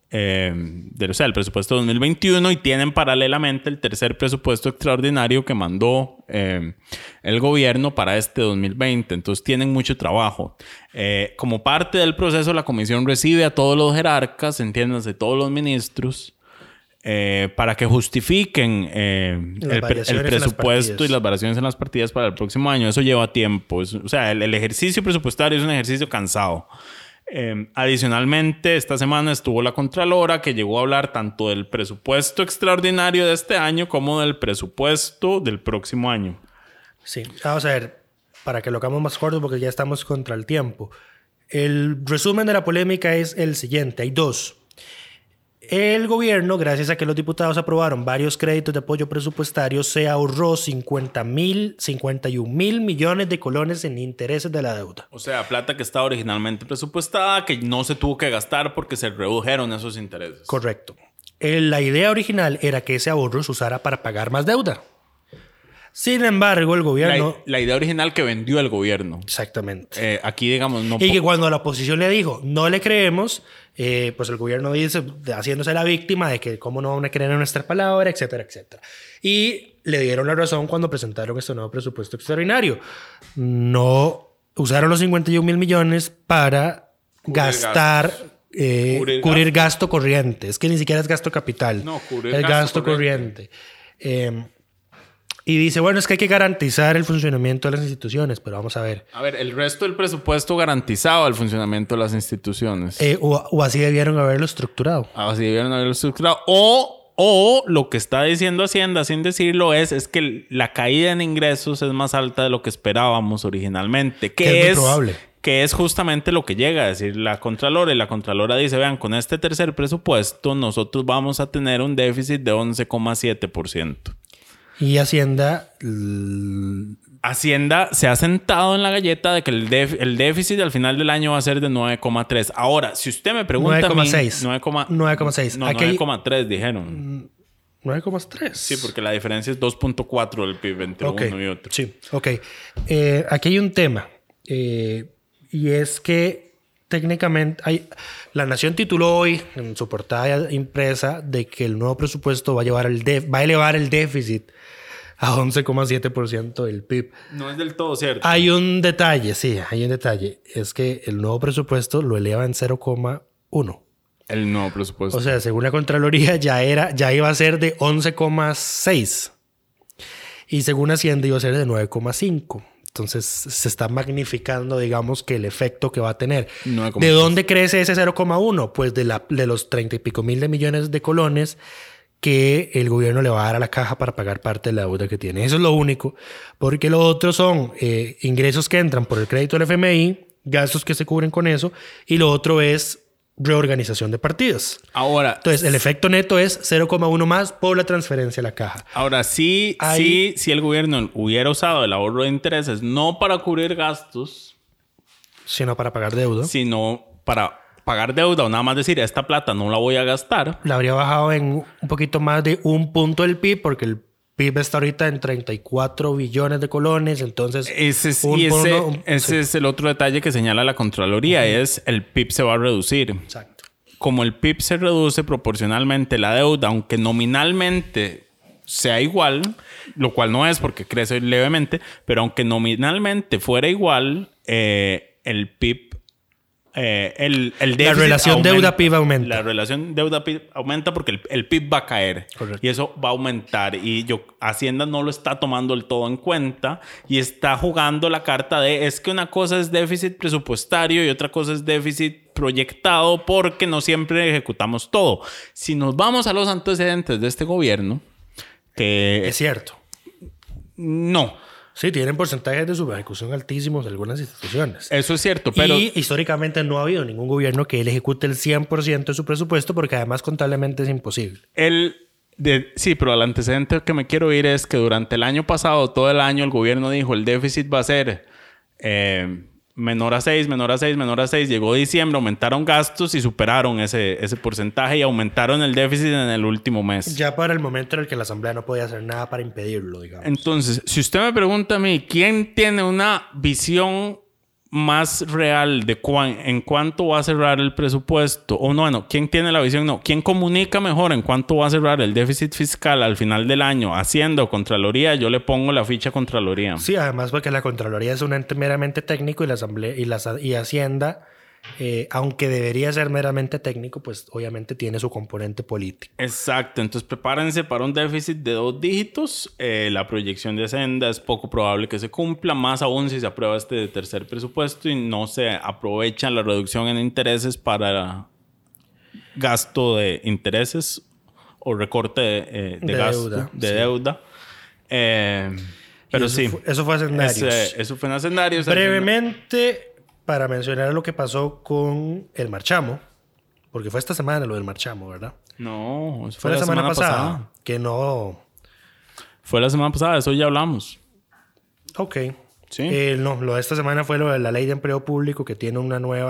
El presupuesto 2021 y tienen paralelamente el tercer presupuesto extraordinario que mandó el gobierno para este 2020. Entonces tienen mucho trabajo. Como parte del proceso, la comisión recibe a todos los jerarcas, entiéndanse, todos los ministros, para que justifiquen el presupuesto y las variaciones en las partidas para el próximo año. Eso lleva tiempo. El ejercicio presupuestario es un ejercicio cansado. Adicionalmente, esta semana estuvo la Contralora que llegó a hablar tanto del presupuesto extraordinario de este año como del presupuesto del próximo año. Sí, vamos a ver, para que lo hagamos más corto porque ya estamos contra el tiempo. El resumen de la polémica es el siguiente, hay dos. El gobierno, gracias a que los diputados aprobaron varios créditos de apoyo presupuestario, se ahorró 51 mil millones de colones en intereses de la deuda. O sea, plata que estaba originalmente presupuestada, que no se tuvo que gastar porque se redujeron esos intereses. Correcto. La idea original era que ese ahorro se usara para pagar más deuda. Sin embargo, el gobierno... La idea original que vendió el gobierno. Exactamente. Aquí, digamos, no... Y que cuando la oposición le dijo, no le creemos, pues el gobierno dice, haciéndose la víctima de que cómo no van a creer en nuestra palabra, etcétera, etcétera. Y le dieron la razón cuando presentaron este nuevo presupuesto extraordinario. No usaron los 51 mil millones para cubrir gasto corriente. Es que ni siquiera es gasto capital. No, cubrir el gasto corriente. Y dice, bueno, es que hay que garantizar el funcionamiento de las instituciones, pero vamos a ver. A ver, el resto del presupuesto garantizaba el funcionamiento de las instituciones. O así debieron haberlo estructurado. Así debieron haberlo estructurado. O lo que está diciendo Hacienda, sin decirlo, es que la caída en ingresos es más alta de lo que esperábamos originalmente. Que es muy probable. Que es justamente lo que llega a decir la Contralora. Y la Contralora dice, vean, con este tercer presupuesto nosotros vamos a tener un déficit de 11,7%. Y Hacienda se ha sentado en la galleta de que el déficit al final del año va a ser de 9,3. Ahora, si usted me pregunta 9,6. 9,6. No, 9,3 dijeron. 9,3. Sí, porque la diferencia es 2,4 del PIB entre uno y otro. Sí, ok. Aquí hay un tema. Y es que técnicamente la Nación tituló hoy en su portada impresa de que el nuevo presupuesto va a elevar el déficit a 11,7% del PIB. No es del todo cierto. Hay un detalle. Es que el nuevo presupuesto lo eleva en 0,1. El nuevo presupuesto. O sea, según la Contraloría ya iba a ser de 11,6. Y según Hacienda iba a ser de 9,5. Entonces se está magnificando, digamos, que el efecto que va a tener. ¿De dónde crece ese 0,1? Pues de los 30 y pico mil de millones de colones que el gobierno le va a dar a la caja para pagar parte de la deuda que tiene. Eso es lo único. Porque lo otro son ingresos que entran por el crédito del FMI, gastos que se cubren con eso, y lo otro es reorganización de partidos. Ahora, entonces el efecto neto es 0,1 más por la transferencia a la caja. Ahora si el gobierno hubiera usado el ahorro de intereses no para cubrir gastos, sino para pagar deuda, sino para pagar deuda o nada más decir, esta plata no la voy a gastar. La habría bajado en un poquito más de 1 punto del PIB, porque el PIB está ahorita en 34 billones de colones, entonces... Ese es el otro detalle que señala la Contraloría, es el PIB se va a reducir. Exacto. Como el PIB se reduce proporcionalmente, la deuda, aunque nominalmente sea igual, lo cual no es porque crece levemente, pero aunque nominalmente fuera igual, el PIB... el déficit, la relación deuda-PIB aumenta. La relación deuda-PIB aumenta porque el PIB va a caer. Correcto. Y eso va a aumentar. Y Hacienda no lo está tomando del todo en cuenta y está jugando la carta de es que una cosa es déficit presupuestario y otra cosa es déficit proyectado porque no siempre ejecutamos todo. Si nos vamos a los antecedentes de este gobierno, que... Es cierto. No. Sí, tienen porcentajes de subejecución altísimos de algunas instituciones. Eso es cierto, pero... Y históricamente no ha habido ningún gobierno que él ejecute el 100% de su presupuesto porque además contablemente es imposible. Sí, pero el antecedente que me quiero ir es que durante el año pasado, todo el año, el gobierno dijo el déficit va a ser menor a 6, menor a 6, menor a 6. Llegó diciembre, aumentaron gastos y superaron ese porcentaje y aumentaron el déficit en el último mes. Ya para el momento en el que la Asamblea no podía hacer nada para impedirlo, digamos. Entonces, si usted me pregunta a mí, ¿quién tiene una visión más real de en cuánto va a cerrar el presupuesto? O no, bueno, ¿quién tiene la visión? No, ¿quién comunica mejor en cuánto va a cerrar el déficit fiscal al final del año? Hacienda o Contraloría, yo le pongo la ficha a Contraloría. Sí, además porque la Contraloría es un ente meramente técnico y la Asamblea y Hacienda, aunque debería ser meramente técnico, pues obviamente tiene su componente político. Exacto, entonces prepárense para un déficit de 2 dígitos. La proyección de Hacienda es poco probable que se cumpla, más aún si se aprueba este tercer presupuesto y no se aprovecha la reducción en intereses para gasto de intereses o recorte de gasto de deuda. Pero sí. Eso fue Hacendarios. Eso fue en Hacendarios. Brevemente, para mencionar lo que pasó con el marchamo, porque fue esta semana lo del marchamo, ¿verdad? No, eso fue la semana pasada. Que no... Fue la semana pasada, eso ya hablamos. Ok. Sí. No, lo de esta semana fue lo de la ley de empleo público que tiene un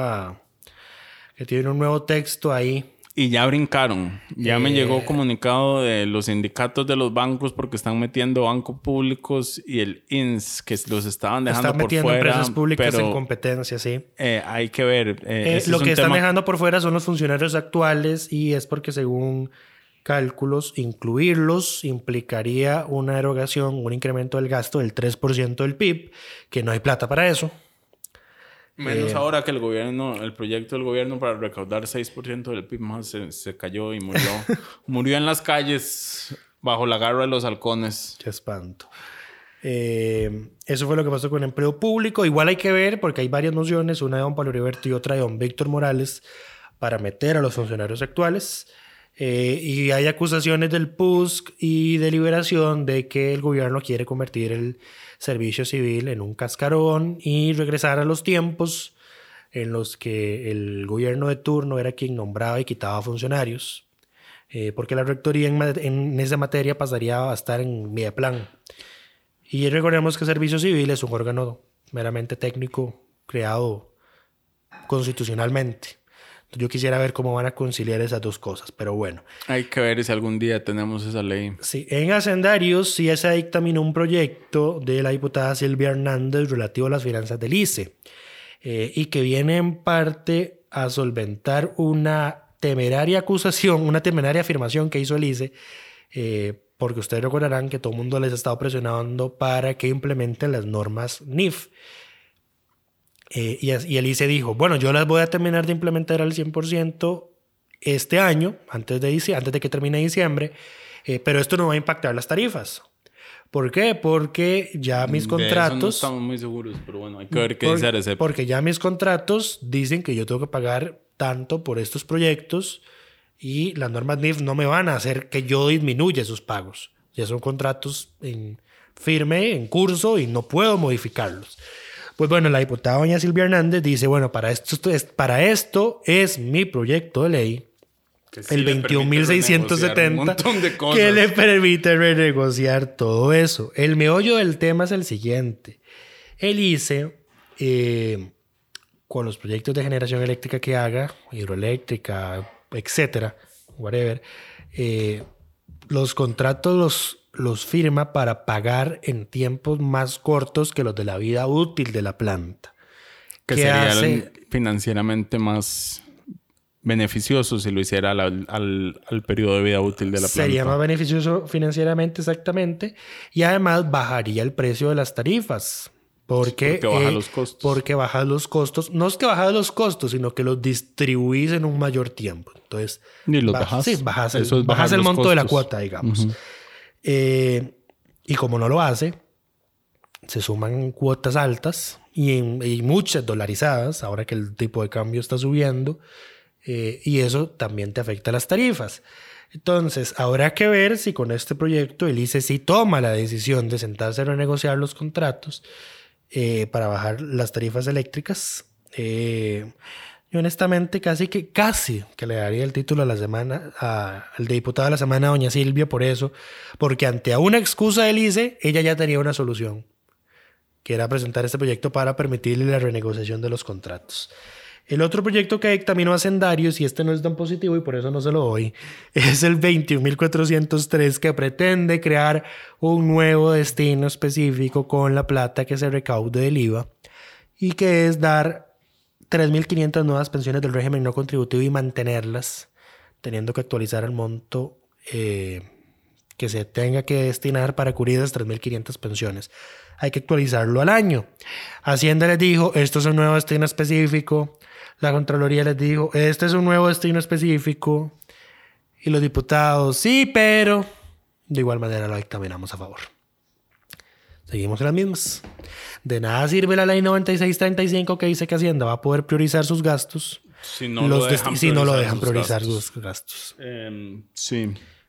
nuevo texto ahí. Y ya brincaron. Ya me llegó comunicado de los sindicatos de los bancos porque están metiendo bancos públicos y el INS que los estaban dejando por fuera. Están metiendo empresas públicas en competencia, sí. Hay que ver. Lo que están dejando por fuera son los funcionarios actuales y es porque según cálculos, incluirlos implicaría una erogación, un incremento del gasto del 3% del PIB, que no hay plata para eso. Menos ahora que el proyecto del gobierno para recaudar 6% del PIB más se cayó y murió. Murió en las calles bajo la garra de los halcones. Qué espanto. Eso fue lo que pasó con el empleo público. Igual hay que ver, porque hay varias mociones, una de don Pablo Heriberto y otra de don Víctor Morales, para meter a los funcionarios actuales. Y hay acusaciones del PUSC y de Liberación de que el gobierno quiere convertir el servicio civil en un cascarón y regresar a los tiempos en los que el gobierno de turno era quien nombraba y quitaba funcionarios, porque la rectoría en esa materia pasaría a estar en Mideplan. Y recordemos que el servicio civil es un órgano meramente técnico creado constitucionalmente. Yo quisiera ver cómo van a conciliar esas dos cosas, pero bueno. Hay que ver si algún día tenemos esa ley. Sí, en Hacendarios sí se dictaminó un proyecto de la diputada Silvia Hernández relativo a las finanzas del ICE y que viene en parte a solventar una temeraria acusación, una temeraria afirmación que hizo el ICE, porque ustedes recordarán que todo el mundo les ha estado presionando para que implementen las normas NIF. Y el ICE dijo, bueno, yo las voy a terminar de implementar al 100% este año, antes de que termine diciembre, pero esto no va a impactar las tarifas. ¿Por qué? Porque ya mis contratos... De eso no estamos muy seguros, pero bueno, hay que ver qué dice Arecep. Porque ya mis contratos dicen que yo tengo que pagar tanto por estos proyectos y las normas NIF no me van a hacer que yo disminuya esos pagos. Ya son contratos en firme, en curso y no puedo modificarlos. Pues bueno, la diputada doña Silvia Hernández dice, bueno, para esto es mi proyecto de ley, sí, el 21.670, que le permite renegociar todo eso. El meollo del tema es el siguiente. El ICE con los proyectos de generación eléctrica que haga, hidroeléctrica, etcétera, whatever, los contratos los firma para pagar en tiempos más cortos que los de la vida útil de la planta. Que sería financieramente más beneficioso si lo hiciera al periodo de vida útil de la planta. Sería más beneficioso financieramente, exactamente. Y además bajaría el precio de las tarifas. Porque baja los costos. Porque bajas los costos. No es que bajas los costos, sino que los distribuís en un mayor tiempo. Entonces, y los bajas. Sí, bajas el monto costos de la cuota, digamos. Y como no lo hace, se suman cuotas altas y muchas dolarizadas, ahora que el tipo de cambio está subiendo. Y eso también te afecta a las tarifas. Entonces, habrá que ver si con este proyecto el ICE sí toma la decisión de sentarse a renegociar los contratos para bajar las tarifas eléctricas. Yo honestamente casi que le daría el título a la semana al de diputado de la semana a doña Silvia por eso, porque ante una excusa del ICE, ella ya tenía una solución, que era presentar este proyecto para permitirle la renegociación de los contratos. El otro proyecto que dictaminó Hacendarios, y este no es tan positivo y por eso no se lo doy, es el 21.403, que pretende crear un nuevo destino específico con la plata que se recaude del IVA y que es dar 3.500 nuevas pensiones del régimen no contributivo y mantenerlas, teniendo que actualizar el monto que se tenga que destinar para cubrir esas 3.500 pensiones. Hay que actualizarlo al año. Hacienda les dijo, esto es un nuevo destino específico. La Contraloría les dijo, este es un nuevo destino específico. Y los diputados, sí, pero de igual manera lo dictaminamos a favor. Seguimos en las mismas. De nada sirve la ley 9635 que dice que Hacienda va a poder priorizar sus gastos si no lo dejan priorizar sus gastos. Sí.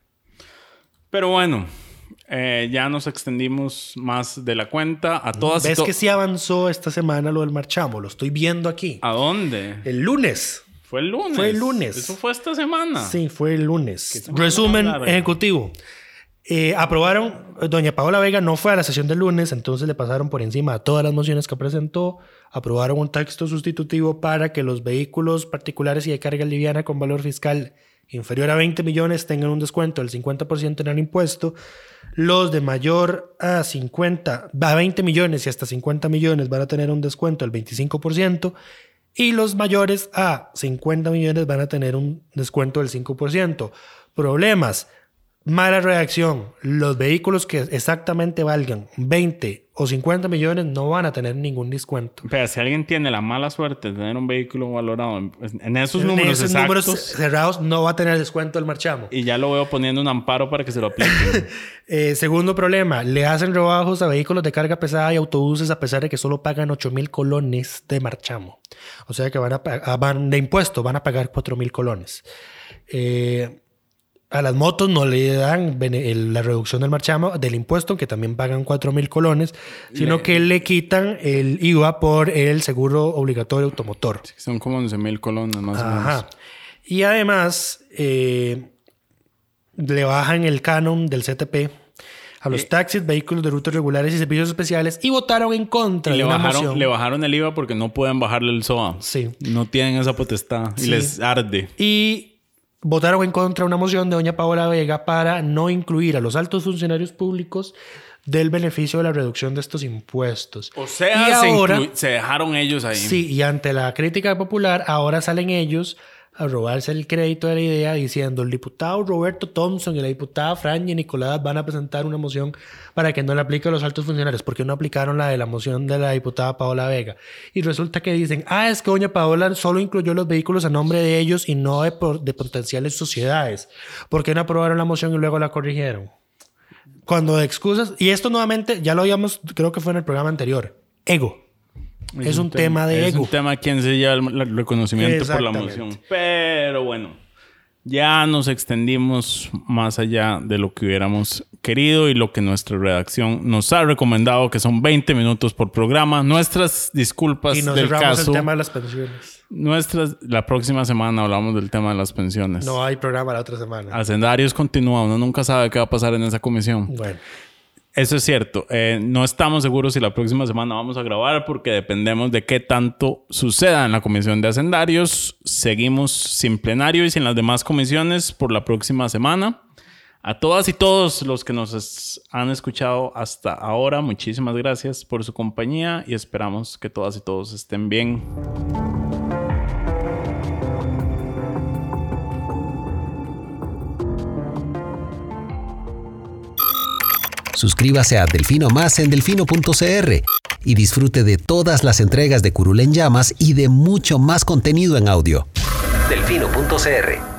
Pero bueno, ya nos extendimos más de la cuenta. A todas. ¿Ves que sí avanzó esta semana lo del marchamo? Lo estoy viendo aquí. ¿A dónde? El lunes. ¿Fue el lunes? Fue el lunes. ¿Eso fue esta semana? Sí, fue el lunes. Resumen ejecutivo. Aprobaron, doña Paola Vega no fue a la sesión del lunes, entonces le pasaron por encima a todas las mociones que presentó. Aprobaron un texto sustitutivo para que los vehículos particulares y de carga liviana con valor fiscal inferior a 20 millones tengan un descuento del 50% en el impuesto. Los de mayor a 20 millones y hasta 50 millones van a tener un descuento del 25%. Y los mayores a 50 millones van a tener un descuento del 5%. Problemas. Mala redacción. Los vehículos que exactamente valgan 20 o 50 millones no van a tener ningún descuento. Pero si alguien tiene la mala suerte de tener un vehículo valorado en esos números exactos, números cerrados, no va a tener descuento el marchamo. Y ya lo veo poniendo un amparo para que se lo apliquen. Segundo problema. Le hacen rebajos a vehículos de carga pesada y autobuses a pesar de que solo pagan 8,000 colones de marchamo. O sea que van de impuesto, van a pagar 4,000 colones. A las motos no le dan la reducción del marchamo, del impuesto, aunque también pagan 4,000 colones, sino que le quitan el IVA por el seguro obligatorio automotor. Sí, son como 11,000 colones más o menos. Y además le bajan el canon del CTP a los taxis, vehículos de rutas regulares y servicios especiales, y votaron en contra de una moción. Le bajaron el IVA porque no pueden bajarle el SOA. Sí. No tienen esa potestad y les arde. Y votaron en contra de una moción de doña Paola Vega para no incluir a los altos funcionarios públicos del beneficio de la reducción de estos impuestos. O sea, se dejaron ellos ahí. Sí, y ante la crítica popular, ahora salen ellos a robarse el crédito de la idea diciendo el diputado Roberto Thompson y la diputada Franja Nicolás van a presentar una moción para que no le aplique a los altos funcionarios. ¿Por qué no aplicaron la de la moción de la diputada Paola Vega? Y resulta que dicen, es que doña Paola solo incluyó los vehículos a nombre de ellos y no de potenciales sociedades. ¿Por qué no aprobaron la moción y luego la corrigieron? Cuando de excusas, y esto nuevamente ya lo habíamos, creo que fue en el programa anterior, ego. Es un tema de ego. Es un tema quién se lleva el reconocimiento por la moción. Pero bueno, ya nos extendimos más allá de lo que hubiéramos querido y lo que nuestra redacción nos ha recomendado, que son 20 minutos por programa. Nuestras disculpas y nos del cerramos caso. El tema de las pensiones. La próxima semana hablamos del tema de las pensiones. No hay programa la otra semana. Hacendarios continúa. Uno nunca sabe qué va a pasar en esa comisión. Bueno. Eso es cierto. No estamos seguros si la próxima semana vamos a grabar porque dependemos de qué tanto suceda en la comisión de hacendarios. Seguimos sin plenario y sin las demás comisiones por la próxima semana. A todas y todos los que nos han escuchado hasta ahora, muchísimas gracias por su compañía y esperamos que todas y todos estén bien. Suscríbase a Delfino Más en delfino.cr y disfrute de todas las entregas de Curul en Llamas y de mucho más contenido en audio. Delfino.cr